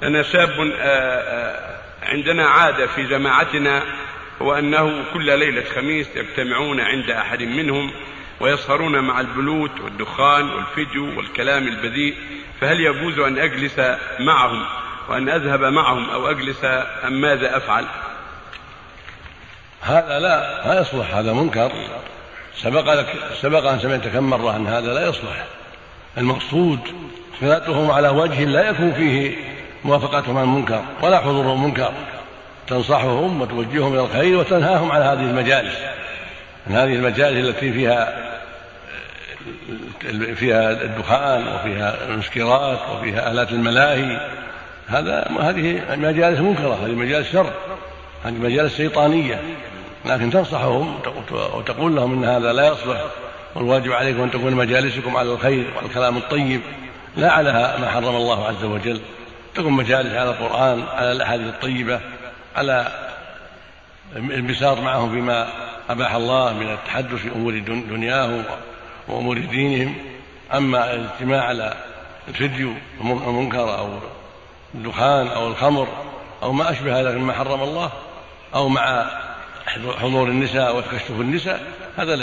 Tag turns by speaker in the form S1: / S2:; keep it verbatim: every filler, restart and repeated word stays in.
S1: أنا شاب عندنا عادة في جماعتنا، هو أنه كل ليلة خميس يجتمعون عند أحد منهم ويسهرون مع البلوت والدخان والفيديو والكلام البذيء، فهل يجوز أن أجلس معهم وأن أذهب معهم أو أجلس أم ماذا أفعل؟
S2: هذا لا لا يصلح، هذا منكر. سبق لك سبق أن سمعت كم مرة أن هذا لا يصلح. المقصود صلاتهم على وجه لا يكون فيه موافقتهم عن المنكر ولا حضور المنكر، تنصحهم وتوجههم إلى الخير وتنهاهم عن هذه المجالس، من هذه المجالس التي فيها فيها الدخان وفيها المسكرات وفيها آلات الملاهي. هذا هذه مجالس منكرة، هذه مجالس شر، هذه مجالس شيطانية. لكن تنصحهم وتقول لهم إن هذا لا يصلح، والواجب عليكم أن تكون مجالسكم على الخير والكلام الطيب لا على ما حرم الله عز وجل. تكون مجالس على القرآن، على الأحاديث الطيبة، على الانبساط معهم فيما أباح الله من التحدث في أمور دنياهم وأمور دينهم. أما الاجتماع على الفيديو المنكر أو الدخان أو الخمر أو ما أشبه هذا مما حرم الله، أو مع حضور النساء وتكشف النساء، هذا لا